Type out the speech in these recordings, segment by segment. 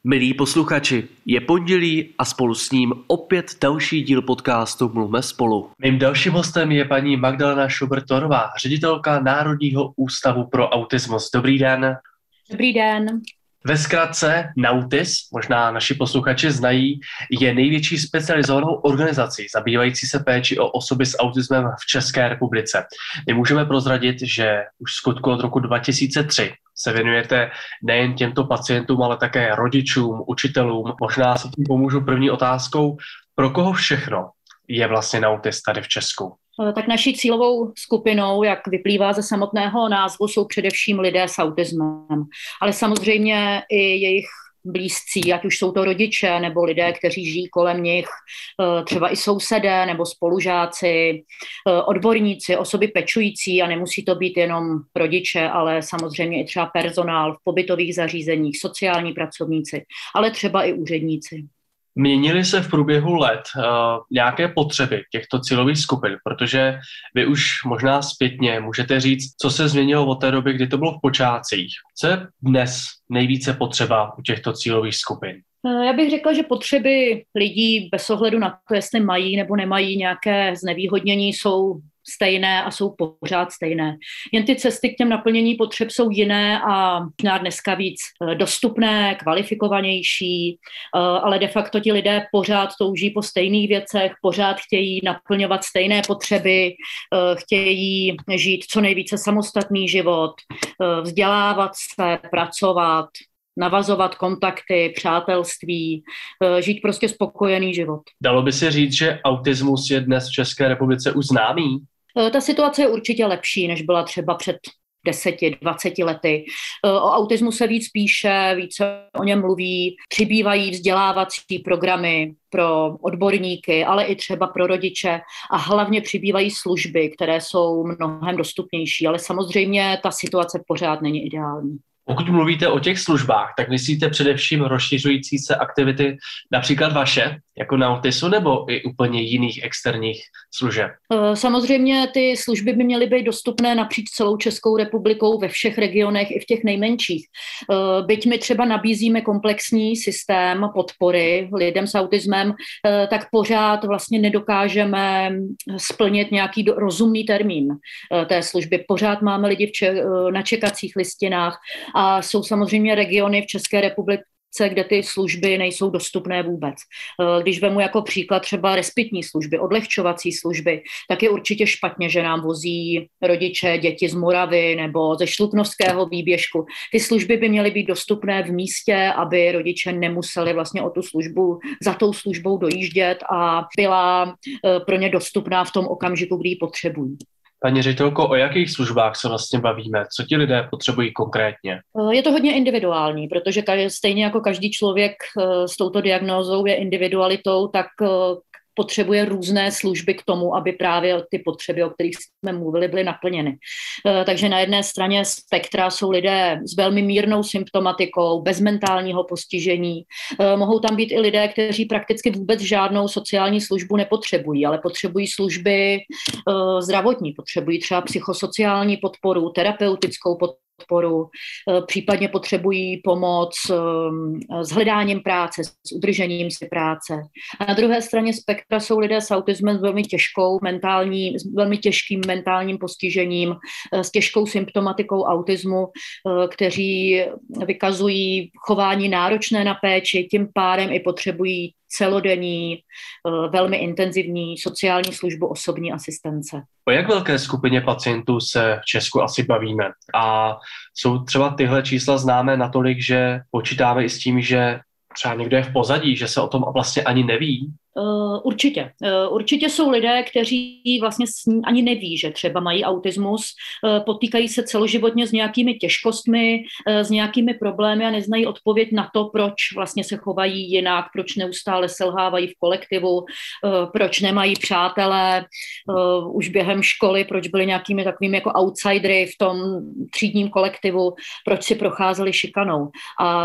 Milí posluchači, je pondělí a spolu s ním opět další díl podcastu Mluvme spolu. Mým dalším hostem je paní Magdalena Šubrt-Torová, ředitelka Národního ústavu pro autismus. Dobrý den. Dobrý den. Ve zkratce NAUTIS, možná naši posluchači znají, je největší specializovanou organizací zabývající se péči o osoby s autismem v České republice. My můžeme prozradit, že už skutku od roku 2003 se věnujete nejen těmto pacientům, ale také rodičům, učitelům. Možná si tím pomůžu první otázkou, pro koho všechno je vlastně NAUTIS tady v Česku? Tak naší cílovou skupinou, jak vyplývá ze samotného názvu, jsou především lidé s autismem, ale samozřejmě i jejich blízcí, ať už jsou to rodiče nebo lidé, kteří žijí kolem nich, třeba i sousedé nebo spolužáci, odborníci, osoby pečující, a nemusí to být jenom rodiče, ale samozřejmě i třeba personál v pobytových zařízeních, sociální pracovníci, ale třeba i úředníci. Měnily se v průběhu let nějaké potřeby těchto cílových skupin, protože vy už možná zpětně můžete říct, co se změnilo od té doby, kdy to bylo v počátcích. Co je dnes nejvíce potřeba u těchto cílových skupin? Já bych řekla, že potřeby lidí bez ohledu na to, jestli mají nebo nemají nějaké znevýhodnění, jsou stejné a jsou pořád stejné. Jen ty cesty k těm naplnění potřeb jsou jiné a možná dneska víc dostupné, kvalifikovanější, ale de facto ti lidé pořád touží po stejných věcech, pořád chtějí naplňovat stejné potřeby, chtějí žít co nejvíce samostatný život, vzdělávat se, pracovat, navazovat kontakty, přátelství, žít prostě spokojený život. Dalo by se říct, že autismus je dnes v České republice už známý? Ta situace je určitě lepší, než byla třeba před 10-20 lety. O autismu se víc píše, více o něm mluví, přibývají vzdělávací programy pro odborníky, ale i třeba pro rodiče a hlavně přibývají služby, které jsou mnohem dostupnější, ale samozřejmě ta situace pořád není ideální. Pokud mluvíte o těch službách, tak myslíte především rozšiřující se aktivity, například vaše, jako NAUTISu, nebo i úplně jiných externích služeb? Samozřejmě ty služby by měly být dostupné napříč celou Českou republikou ve všech regionech i v těch nejmenších. Byť my třeba nabízíme komplexní systém podpory lidem s autismem, tak pořád vlastně nedokážeme splnit nějaký rozumný termín té služby. Pořád máme lidi na čekacích listinách a jsou samozřejmě regiony v České republice, kde ty služby nejsou dostupné vůbec. Když vemu jako příklad třeba respitní služby, odlehčovací služby, tak je určitě špatně, že nám vozí rodiče děti z Moravy nebo ze Šluknovského výběžku. Ty služby by měly být dostupné v místě, aby rodiče nemuseli vlastně o tu službu, za tou službou dojíždět a byla pro ně dostupná v tom okamžiku, kdy ji potřebují. Paní ředitelko, o jakých službách se vlastně bavíme? Co ti lidé potřebují konkrétně? Je to hodně individuální, protože stejně jako každý člověk s touto diagnózou je individualitou, tak potřebuje různé služby k tomu, aby právě ty potřeby, o kterých jsme mluvili, byly naplněny. Takže na jedné straně spektra jsou lidé s velmi mírnou symptomatikou, bez mentálního postižení. Mohou tam být i lidé, kteří prakticky vůbec žádnou sociální službu nepotřebují, ale potřebují služby zdravotní, potřebují třeba psychosociální podporu, terapeutickou podporu, případně potřebují pomoc s hledáním práce, s udržením si práce. A na druhé straně spektra jsou lidé s autismem s velmi těžkým mentálním postižením, s těžkou symptomatikou autismu, kteří vykazují chování náročné na péči, tím pádem i potřebují celodenní, velmi intenzivní sociální službu osobní asistence. O jak velké skupině pacientů se v Česku asi bavíme? A jsou třeba tyhle čísla známé natolik, že počítáme i s tím, že třeba někdo je v pozadí, že se o tom vlastně ani neví? Určitě. Určitě jsou lidé, kteří vlastně ani neví, že třeba mají autismus, potýkají se celoživotně s nějakými těžkostmi, s nějakými problémy a neznají odpověď na to, proč vlastně se chovají jinak, proč neustále selhávají v kolektivu, proč nemají přátelé už během školy, proč byli nějakými takovými jako outsidery v tom třídním kolektivu, proč si procházeli šikanou. A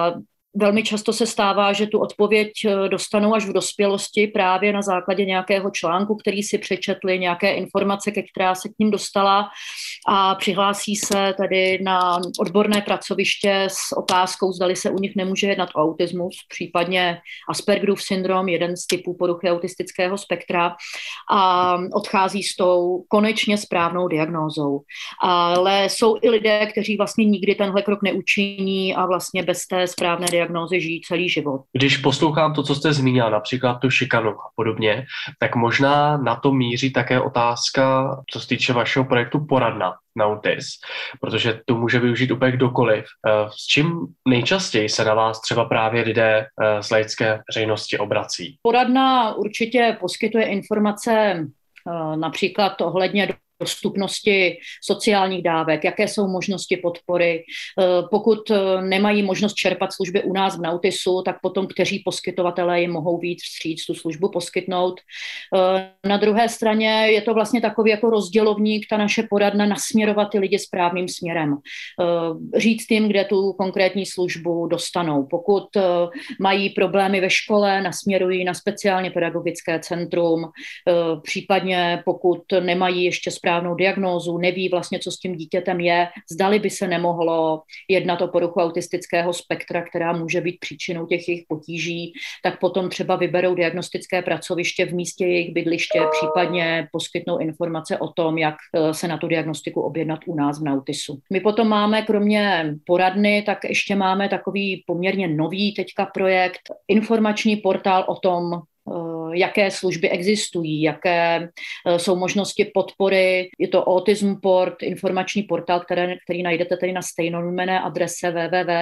Velmi často se stává, že tu odpověď dostanou až v dospělosti právě na základě nějakého článku, který si přečetli, nějaké informace, ke která se k ním dostala a přihlásí se tedy na odborné pracoviště s otázkou, zdali se u nich nemůže jednat o autismus, případně Aspergerův syndrom, jeden z typů poruchy autistického spektra a odchází s tou konečně správnou diagnózou. Ale jsou i lidé, kteří vlastně nikdy tenhle krok neučiní a vlastně bez té správné diagnózy žijí celý život. Když poslouchám to, co jste zmínila, například tu šikanu a podobně, tak možná na to míří také otázka, co se týče vašeho projektu Poradna na autism, protože to může využít úplně kdokoliv. S čím nejčastěji se na vás třeba právě lidé z laické veřejnosti obrací? Poradna určitě poskytuje informace například ohledně dostupnosti sociálních dávek, jaké jsou možnosti podpory. Pokud nemají možnost čerpat služby u nás v Nautisu, tak potom kteří poskytovatelé jim mohou víc vstříc tu službu poskytnout. Na druhé straně je to vlastně takový jako rozdělovník, ta naše poradna, nasměrovat ty lidi správným směrem. Říct jim, kde tu konkrétní službu dostanou. Pokud mají problémy ve škole, nasměrují na speciálně pedagogické centrum, případně pokud nemají ještě správnou diagnózu, neví vlastně, co s tím dítětem je, zdali by se nemohlo jednat o poruchu autistického spektra, která může být příčinou těch jejich potíží, tak potom třeba vyberou diagnostické pracoviště v místě jejich bydliště, případně poskytnou informace o tom, jak se na tu diagnostiku objednat u nás v Nautisu. My potom máme kromě poradny, tak ještě máme takový poměrně nový teďka projekt, informační portál o tom, jaké služby existují, jaké jsou možnosti podpory. Je to Autism Port, informační portál, který najdete tady na stejnojmenné adrese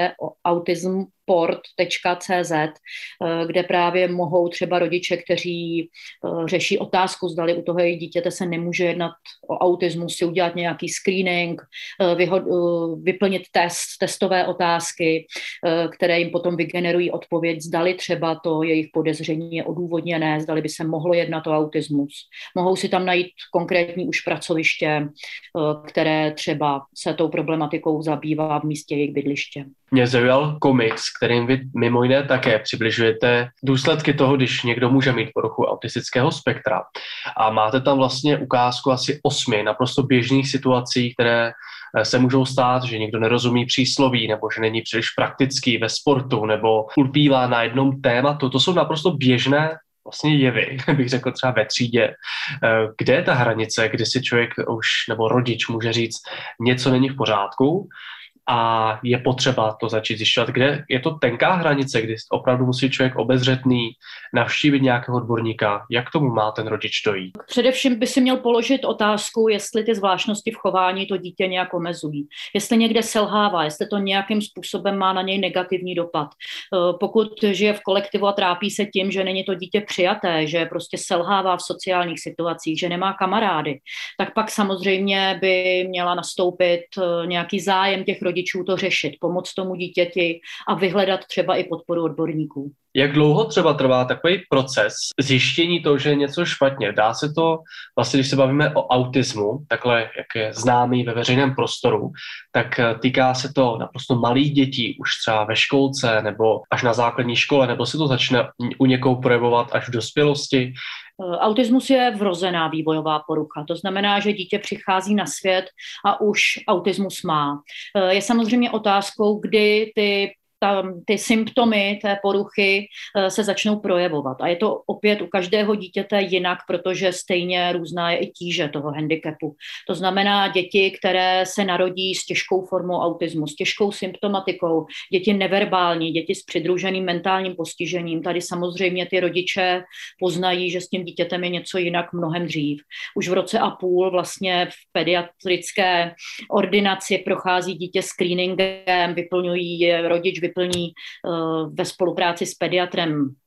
www.autismport.cz, kde právě mohou třeba rodiče, kteří řeší otázku, zdali u toho jejich dítěte se nemůže jednat o autismus, si udělat nějaký screening, vyplnit testové otázky, které jim potom vygenerují odpověď, zdali třeba to jejich podezření je odůvodněné, zdali by se mohlo jednat o autismus. Mohou si tam najít konkrétní už pracoviště, které třeba se tou problematikou zabývá v místě jejich bydliště. Mě zaujal komiks, kterým vy mimo jiné také přibližujete důsledky toho, když někdo může mít poruchu autistického spektra. A máte tam vlastně ukázku asi 8 naprosto běžných situací, které se můžou stát, že někdo nerozumí přísloví, nebo že není příliš praktický ve sportu, nebo ulpívá na jednom tématu. To jsou naprosto běžné vlastně jevy, bych řekl třeba ve třídě. Kde je ta hranice, kdy si člověk už nebo rodič může říct, něco není v pořádku, a je potřeba to začít zjišťovat, kde je to tenká hranice, kdy opravdu musí člověk obezřetný navštívit nějakého odborníka. Jak tomu má ten rodič dojít? Především by si měl položit otázku, jestli ty zvláštnosti v chování to dítě nějak omezují. Jestli někde selhává, jestli to nějakým způsobem má na něj negativní dopad. Pokud žije v kolektivu a trápí se tím, že není to dítě přijaté, že prostě selhává v sociálních situacích, že nemá kamarády, tak pak samozřejmě by měla nastoupit nějaký zájem těch rodičů to řešit, pomoct tomu dítěti a vyhledat třeba i podporu odborníků. Jak dlouho třeba trvá takový proces zjištění toho, že je něco špatně? Dá se to, vlastně když se bavíme o autismu, takhle jak je známý ve veřejném prostoru, tak týká se to naprosto malých dětí, už třeba ve školce nebo až na základní škole, nebo se to začne u někoho projevovat až v dospělosti? Autismus je vrozená vývojová porucha, to znamená, že dítě přichází na svět a už autismus má. Je samozřejmě otázkou, kdy ty symptomy té poruchy se začnou projevovat. A je to opět u každého dítěte jinak, protože stejně různá je i tíže toho handicapu. To znamená děti, které se narodí s těžkou formou autismu, s těžkou symptomatikou, děti neverbální, děti s přidruženým mentálním postižením. Tady samozřejmě ty rodiče poznají, že s tím dítětem je něco jinak mnohem dřív. Už v roce a půl vlastně v pediatrické ordinaci prochází dítě screeningem, rodič vyplní ve spolupráci s pediatrem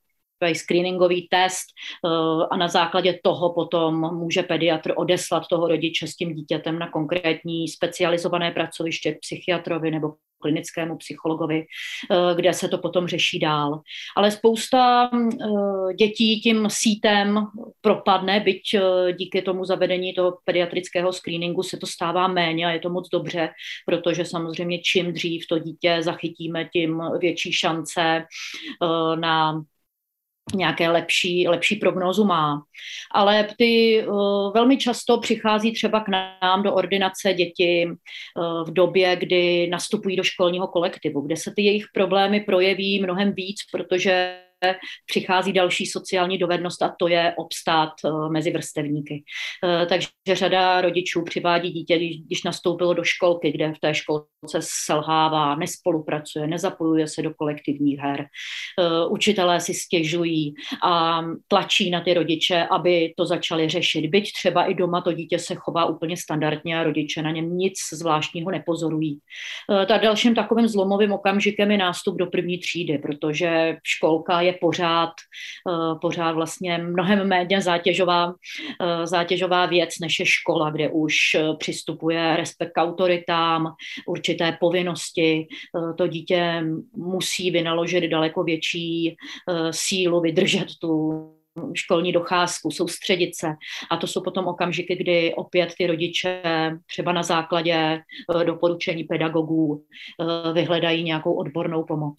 screeningový test a na základě toho potom může pediatr odeslat toho rodiče s tím dítětem na konkrétní specializované pracoviště k psychiatrovi nebo klinickému psychologovi, kde se to potom řeší dál. Ale spousta dětí tím sítem propadne, byť díky tomu zavedení toho pediatrického screeningu se to stává méně a je to moc dobře, protože samozřejmě čím dřív to dítě zachytíme, tím větší šance na nějaké lepší prognózu má. Ale velmi často přichází třeba k nám do ordinace děti v době, kdy nastupují do školního kolektivu, kde se ty jejich problémy projeví mnohem víc, protože přichází další sociální dovednost a to je obstát mezi vrstevníky. Takže řada rodičů přivádí dítě, když nastoupilo do školky, kde v té školce selhává, nespolupracuje, nezapojuje se do kolektivních her. Učitelé si stěžují a tlačí na ty rodiče, aby to začali řešit. Byť třeba i doma to dítě se chová úplně standardně a rodiče na něm nic zvláštního nepozorují. Dalším takovým zlomovým okamžikem je nástup do první třídy, protože školka je pořád vlastně mnohem méně zátěžová věc, než je škola, kde už přistupuje respekt k autoritám, určité povinnosti. To dítě musí vynaložit daleko větší sílu, vydržet tu školní docházku, soustředit se. A to jsou potom okamžiky, kdy opět ty rodiče třeba na základě doporučení pedagogů vyhledají nějakou odbornou pomoc.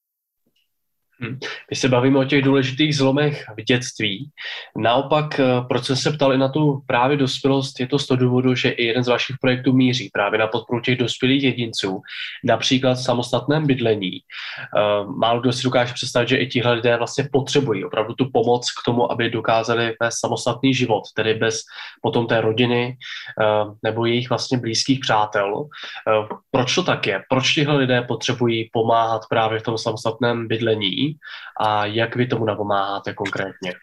My se bavíme o těch důležitých zlomech v dětství. Naopak, proč jsem se ptal i na tu právě dospělost, je to z toho důvodu, že i jeden z vašich projektů míří právě na podporu těch dospělých jedinců, například v samostatném bydlení. Málo kdo si dokáže představit, že i tihle lidé vlastně potřebují opravdu tu pomoc k tomu, aby dokázali vést samostatný život, tedy bez potom té rodiny nebo jejich vlastně blízkých přátel. Proč to tak je? Proč tihle lidé potřebují pomáhat právě v tom samostatném bydlení? A jak vy tomu napomáháte konkrétně?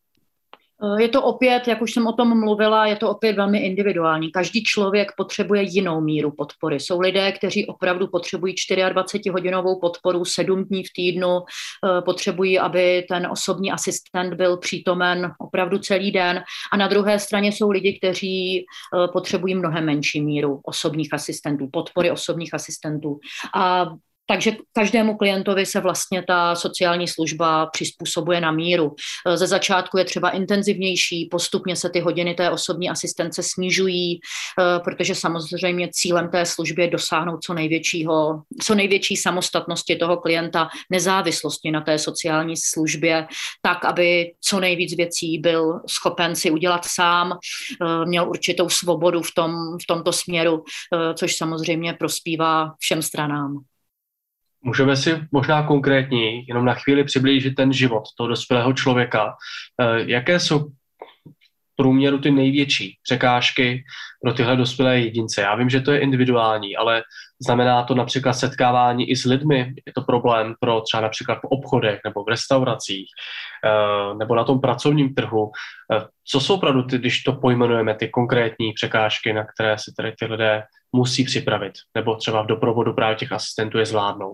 Je to opět, jak už jsem o tom mluvila, je to opět velmi individuální. Každý člověk potřebuje jinou míru podpory. Jsou lidé, kteří opravdu potřebují 24hodinovou podporu 7 dní v týdnu, potřebují, aby ten osobní asistent byl přítomen opravdu celý den. A na druhé straně jsou lidi, kteří potřebují mnohem menší míru osobních asistentů, podpory osobních asistentů. Takže každému klientovi se vlastně ta sociální služba přizpůsobuje na míru. Ze začátku je třeba intenzivnější, postupně se ty hodiny té osobní asistence snižují, protože samozřejmě cílem té služby je dosáhnout co největší samostatnosti toho klienta, nezávislosti na té sociální službě, tak, aby co nejvíc věcí byl schopen si udělat sám, měl určitou svobodu v tomto směru, což samozřejmě prospívá všem stranám. Můžeme si možná konkrétně jenom na chvíli přiblížit ten život toho dospělého člověka. Jaké jsou v průměru ty největší překážky pro tyhle dospělé jedince? Já vím, že to je individuální, ale znamená to například setkávání i s lidmi? Je to problém pro třeba například v obchodech nebo v restauracích nebo na tom pracovním trhu? Co jsou opravdu když to pojmenujeme, ty konkrétní překážky, na které si tady ty lidé musí připravit, nebo třeba v doprovodu právě těch asistentů je zvládnout?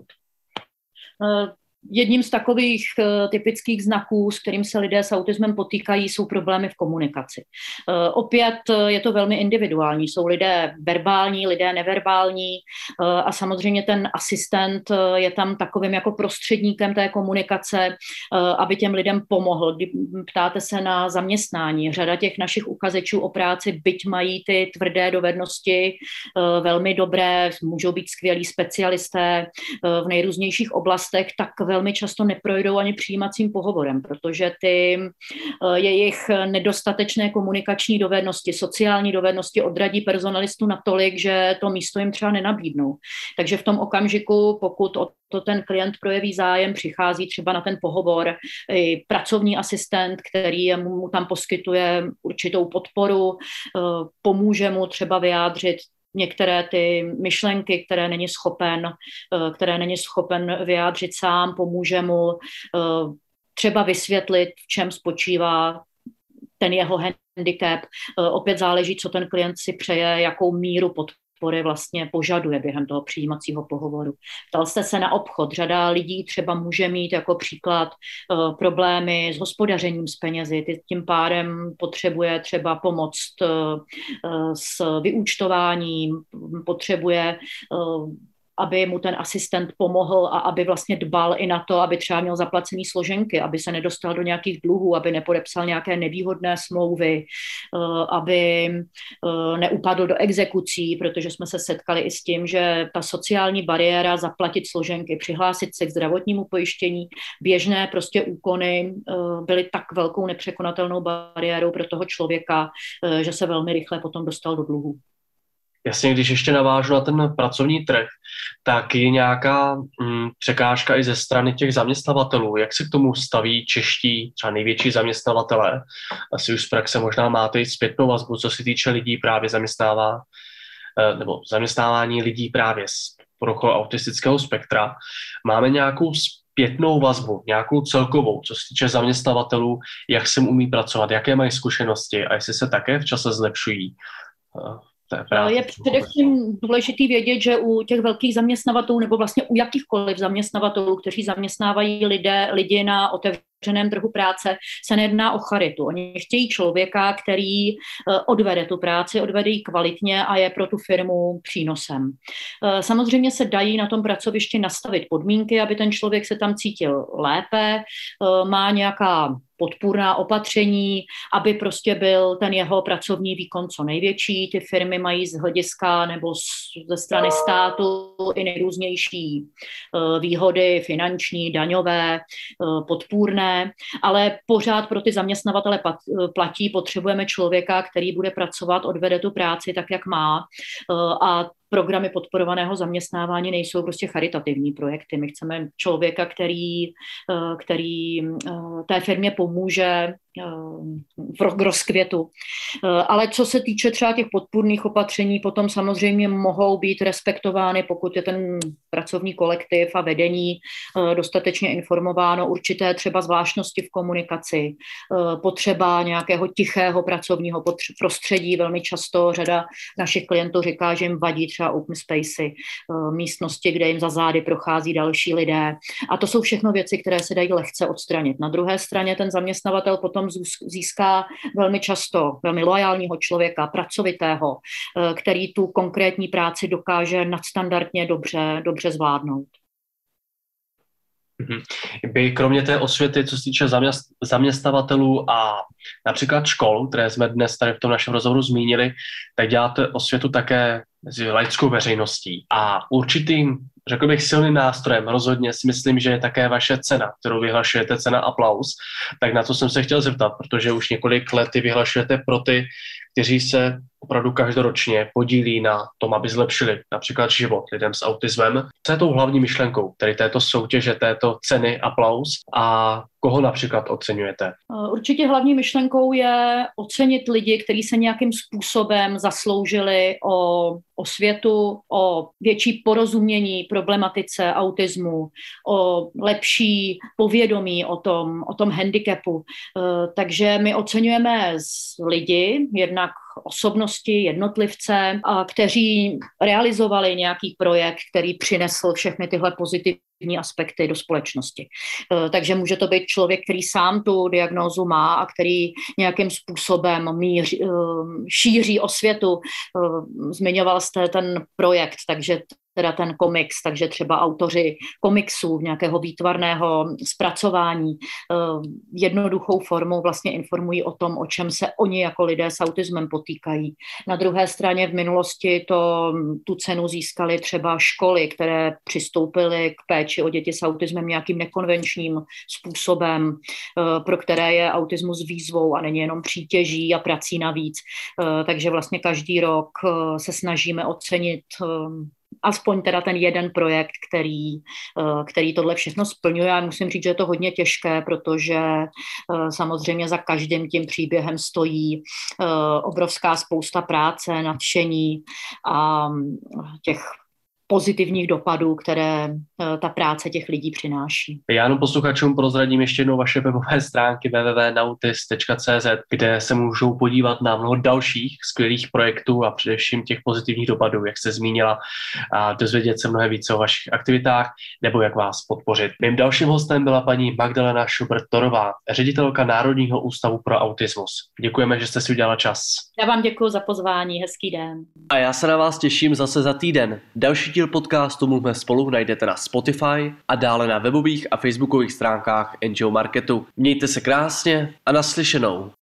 Jedním z takových typických znaků, s kterým se lidé s autismem potýkají, jsou problémy v komunikaci. Opět je to velmi individuální. Jsou lidé verbální, lidé neverbální a samozřejmě ten asistent je tam takovým jako prostředníkem té komunikace, aby těm lidem pomohl. Když ptáte se na zaměstnání, řada těch našich uchazečů o práci, byť mají ty tvrdé dovednosti velmi dobré, můžou být skvělí specialisté v nejrůznějších oblastech, tak velmi často neprojdou ani přijímacím pohovorem, protože ty jejich nedostatečné komunikační dovednosti, sociální dovednosti odradí personalistu natolik, že to místo jim třeba nenabídnou. Takže v tom okamžiku, pokud o to ten klient projeví zájem, přichází třeba na ten pohovor i pracovní asistent, který mu tam poskytuje určitou podporu, pomůže mu třeba vyjádřit některé ty myšlenky, které není schopen vyjádřit sám, pomůže mu třeba vysvětlit, v čem spočívá ten jeho handicap. Opět záleží, co ten klient si přeje, jakou míru podpory vlastně požaduje během toho přijímacího pohovoru. Ptal jste se na obchod. Řada lidí třeba může mít jako příklad problémy s hospodařením s penězi. Tím pádem potřebuje třeba pomoct s vyúčtováním, potřebuje aby mu ten asistent pomohl a aby vlastně dbal i na to, aby třeba měl zaplacený složenky, aby se nedostal do nějakých dluhů, aby nepodepsal nějaké nevýhodné smlouvy, aby neupadl do exekucí, protože jsme se setkali i s tím, že ta sociální bariéra zaplatit složenky, přihlásit se k zdravotnímu pojištění, běžné prostě úkony byly tak velkou nepřekonatelnou bariérou pro toho člověka, že se velmi rychle potom dostal do dluhů. Jasně, když ještě navážu na ten pracovní trh, tak je nějaká překážka i ze strany těch zaměstnavatelů. Jak se k tomu staví čeští, třeba největší zaměstnavatelé? Asi už z praxe možná máte i zpětnou vazbu, co se týče lidí právě nebo zaměstnávání lidí s poruchou autistického spektra. Máme nějakou zpětnou vazbu, nějakou celkovou, co se týče zaměstnavatelů, jak se umí pracovat, jaké mají zkušenosti a jestli se také v čase zlepšují. Je především důležitý vědět, že u těch velkých zaměstnavatelů nebo vlastně u jakýchkoliv zaměstnavatelů, kteří zaměstnávají lidi na otevřeném trhu práce, se nejedná o charitu. Oni chtějí člověka, který odvede tu práci, odvede ji kvalitně a je pro tu firmu přínosem. Samozřejmě se dají na tom pracovišti nastavit podmínky, aby ten člověk se tam cítil lépe, má nějaká podpůrná opatření, aby prostě byl ten jeho pracovní výkon co největší. Ty firmy mají z hlediska nebo ze strany státu i nejrůznější výhody finanční, daňové, podpůrné, ale pořád pro ty zaměstnavatele platí, potřebujeme člověka, který bude pracovat, odvede tu práci tak, jak má a programy podporovaného zaměstnávání nejsou prostě charitativní projekty. My chceme člověka, který té firmě pomůže v rozkvětu. Ale co se týče třeba těch podpůrných opatření, potom samozřejmě mohou být respektovány, pokud je ten pracovní kolektiv a vedení dostatečně informováno, určité třeba zvláštnosti v komunikaci, potřeba nějakého tichého pracovního prostředí. Velmi často řada našich klientů říká, že jim vadí třeba open spacey, místnosti, kde jim za zády prochází další lidé. A to jsou všechno věci, které se dají lehce odstranit. Na druhé straně ten zaměstnavatel potom získá velmi často velmi loajálního člověka, pracovitého, který tu konkrétní práci dokáže nadstandardně dobře zvládnout. By kromě té osvěty, co se týče zaměstnavatelů a například škol, které jsme dnes tady v tom našem rozhovoru zmínili, tak děláte osvětu také mezi laickou veřejností. A určitým, řekl bych, silným nástrojem, rozhodně si myslím, že je také vaše cena, kterou vyhlašujete, cena Aplaus. Tak na to jsem se chtěl zeptat, protože už několik let ty vyhlašujete pro ty, kteří se opravdu každoročně podílí na tom, aby zlepšili například život lidem s autismem. Co je tou hlavní myšlenkou tady této soutěže, této ceny Aplaus a koho například oceňujete? Určitě hlavní myšlenkou je ocenit lidi, kteří se nějakým způsobem zasloužili o osvětu, o větší porozumění problematice autismu, o lepší povědomí o tom handicapu. Takže my oceňujeme lidi, jednak osobnosti, jednotlivce, kteří realizovali nějaký projekt, který přinesl všechny tyhle pozitivní aspekty do společnosti. Takže může to být člověk, který sám tu diagnózu má a který nějakým způsobem šíří osvětu. Zmiňoval jste ten projekt, takže teda ten komiks, takže třeba autoři komiksů, nějakého výtvarného zpracování jednoduchou formou vlastně informují o tom, o čem se oni jako lidé s autismem potýkají. Na druhé straně v minulosti tu cenu získaly třeba školy, které přistoupily k péči o děti s autismem nějakým nekonvenčním způsobem, pro které je autismus výzvou a není jenom přítěží a prací navíc. Takže vlastně každý rok se snažíme ocenit aspoň teda ten jeden projekt, který tohle všechno splňuje. Já musím říct, že je to hodně těžké, protože samozřejmě za každým tím příběhem stojí obrovská spousta práce, nadšení a těch pozitivních dopadů, které ta práce těch lidí přináší. Já jenom posluchačům prozradím ještě jednou vaše webové stránky www.nautis.cz, kde se můžou podívat na mnoho dalších skvělých projektů a především těch pozitivních dopadů, jak jste zmínila, a dozvědět se mnohem více o vašich aktivitách nebo jak vás podpořit. Mým dalším hostem byla paní Magdalena Schubert-Torová, ředitelka Národního ústavu pro autismus. Děkujeme, že jste si udělala čas. Já vám děkuji za pozvání, hezký den. A já se na vás těším zase za týden. Další díl podcastu Mluvme spolu najdete na Spotify a dále na webových a facebookových stránkách NGO Marketu. Mějte se krásně a naslyšenou.